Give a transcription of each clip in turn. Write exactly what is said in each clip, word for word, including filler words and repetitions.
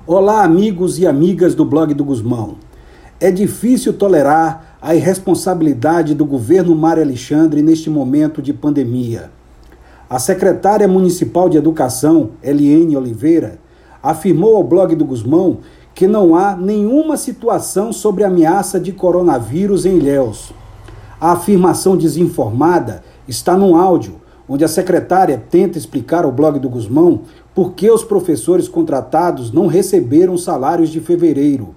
Olá, amigos e amigas do blog do Gusmão. É difícil tolerar a irresponsabilidade do governo Mário Alexandre neste momento de pandemia. A secretária municipal de Educação, Eliene Oliveira, afirmou ao blog do Gusmão que não há nenhuma situação sobre ameaça de coronavírus em Ilhéus. A afirmação desinformada está num áudio, onde a secretária tenta explicar ao blog do Gusmão por que os professores contratados não receberam salários de fevereiro.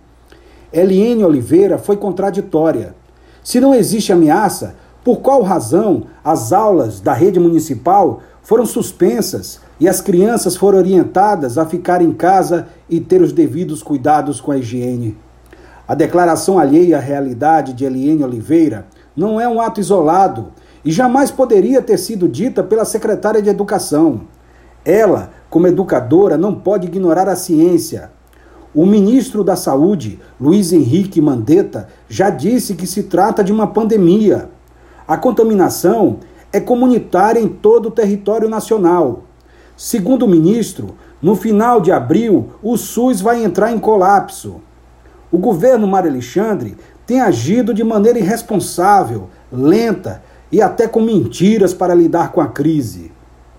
Eliene Oliveira foi contraditória. Se não existe ameaça, por qual razão as aulas da rede municipal foram suspensas e as crianças foram orientadas a ficar em casa e ter os devidos cuidados com a higiene? A declaração alheia à realidade de Eliene Oliveira não é um ato isolado e jamais poderia ter sido dita pela secretária de Educação. Ela, como educadora, não pode ignorar a ciência. O ministro da Saúde, Luiz Henrique Mandetta, já disse que se trata de uma pandemia. A contaminação é comunitária em todo o território nacional. Segundo o ministro, no final de abril, o SUS vai entrar em colapso. O governo Mário Alexandre tem agido de maneira irresponsável, lenta e até com mentiras para lidar com a crise.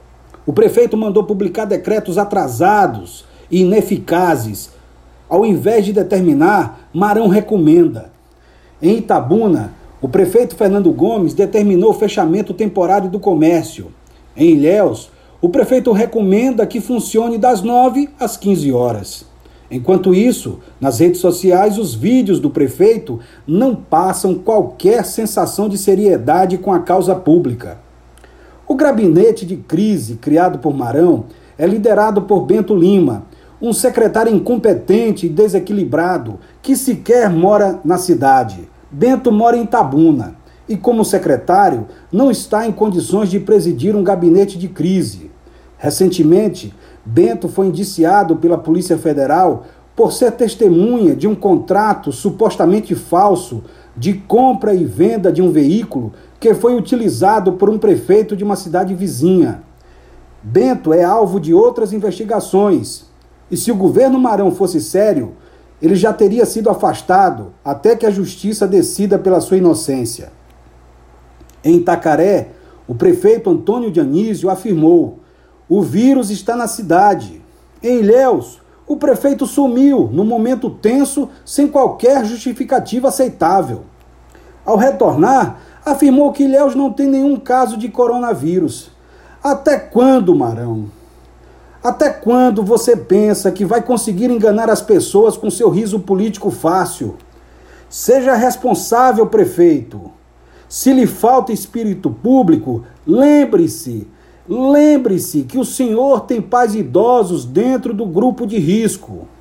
O prefeito mandou publicar decretos atrasados e ineficazes. Ao invés de determinar, Marão recomenda. Em Itabuna, o prefeito Fernando Gomes determinou o fechamento temporário do comércio. Em Ilhéus, o prefeito recomenda que funcione das nove às quinze horas. Enquanto isso, nas redes sociais, os vídeos do prefeito não passam qualquer sensação de seriedade com a causa pública. O gabinete de crise criado por Marão é liderado por Bento Lima, um secretário incompetente e desequilibrado que sequer mora na cidade. Bento mora em Itabuna e, como secretário, não está em condições de presidir um gabinete de crise. Recentemente, Bento foi indiciado pela Polícia Federal por ser testemunha de um contrato supostamente falso de compra e venda de um veículo que foi utilizado por um prefeito de uma cidade vizinha. Bento é alvo de outras investigações. E se o governo Marão fosse sério, ele já teria sido afastado até que a justiça decida pela sua inocência. Em Itacaré, o prefeito Antônio Dionísio afirmou: o vírus está na cidade. Em Ilhéus, o prefeito sumiu num momento tenso sem qualquer justificativa aceitável. Ao retornar, afirmou que Ilhéus não tem nenhum caso de coronavírus. Até quando, Marão? Até quando você pensa que vai conseguir enganar as pessoas com seu riso político fácil? Seja responsável, prefeito. Se lhe falta espírito público, lembre-se, lembre-se que o senhor tem pais idosos dentro do grupo de risco.